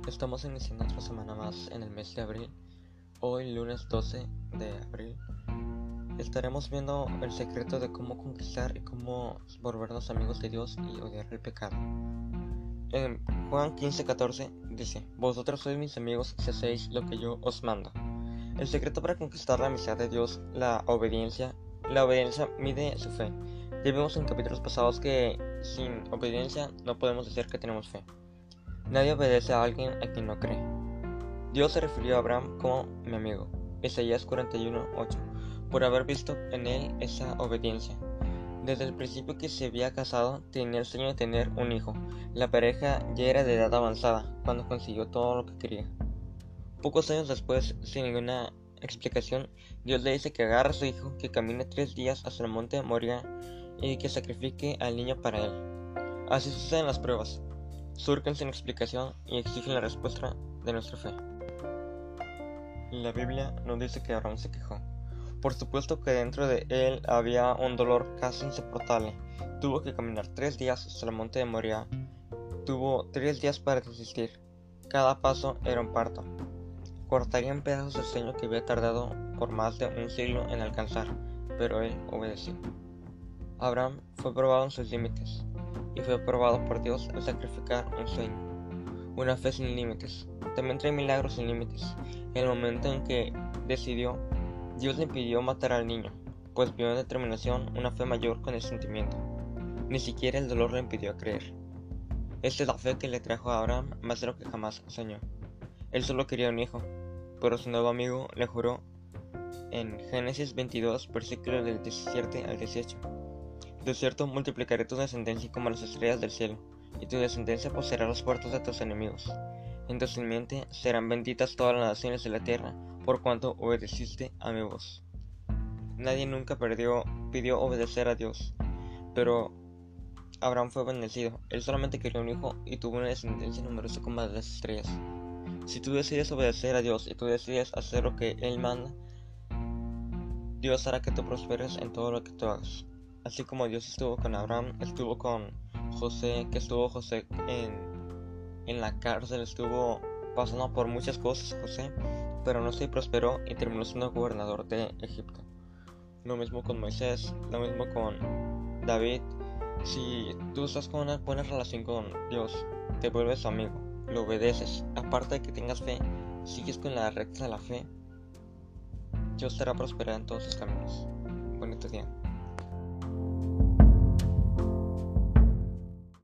Estamos iniciando otra semana más en el mes de abril. Hoy, lunes 12 de abril, estaremos viendo el secreto de cómo conquistar y cómo volvernos amigos de Dios y odiar el pecado. En Juan 15:14 dice: Vosotros sois mis amigos si hacéis lo que yo os mando. El secreto para conquistar la amistad de Dios, la obediencia mide su fe. Ya vimos en capítulos pasados que sin obediencia no podemos decir que tenemos fe. Nadie obedece a alguien a quien no cree. Dios se refirió a Abraham como mi amigo, Isaías 41:8, por haber visto en él esa obediencia. Desde el principio que se había casado, tenía el sueño de tener un hijo. La pareja ya era de edad avanzada cuando consiguió todo lo que quería. Pocos años después, sin ninguna explicación, Dios le dice que agarre a su hijo, que camine 3 días hasta el monte Moria y que sacrifique al niño para él. Así suceden las pruebas. Surgen sin explicación y exigen la respuesta de nuestra fe. La Biblia nos dice que Abraham se quejó. Por supuesto que dentro de él había un dolor casi insoportable. Tuvo que caminar 3 días hasta el monte de Moria. Tuvo 3 días para desistir. Cada paso era un parto. Cortaría en pedazos el sueño que había tardado por más de un siglo en alcanzar, pero él obedeció. Abraham fue probado en sus límites, y fue probado por Dios al sacrificar un sueño. Una fe sin límites también trae milagros sin límites. En el momento en que decidió, Dios le impidió matar al niño, pues vio en determinación una fe mayor con el sentimiento. Ni siquiera el dolor le impidió creer. Esta es la fe que le trajo a Abraham más de lo que jamás soñó. Él solo quería un hijo, pero su nuevo amigo le juró en Génesis 22, versículos del 17 al 18: De cierto, multiplicaré tu descendencia como las estrellas del cielo, y tu descendencia poseerá los puertos de tus enemigos. En tu simiente serán benditas todas las naciones de la tierra, por cuanto obedeciste a mi voz. Nadie nunca pidió obedecer a Dios, pero Abraham fue bendecido. Él solamente quería un hijo y tuvo una descendencia numerosa como las estrellas. Si tú decides obedecer a Dios y tú decides hacer lo que Él manda, Dios hará que tú prosperes en todo lo que tú hagas. Así como Dios estuvo con Abraham, estuvo con José, que estuvo José en la cárcel, estuvo pasando por muchas cosas José, pero no se prosperó y terminó siendo gobernador de Egipto. Lo mismo con Moisés, lo mismo con David. Si tú estás con una buena relación con Dios, te vuelves su amigo, lo obedeces, aparte de que tengas fe, sigues con la recta de la fe, Dios te hará prosperar en todos sus caminos. Bonito día.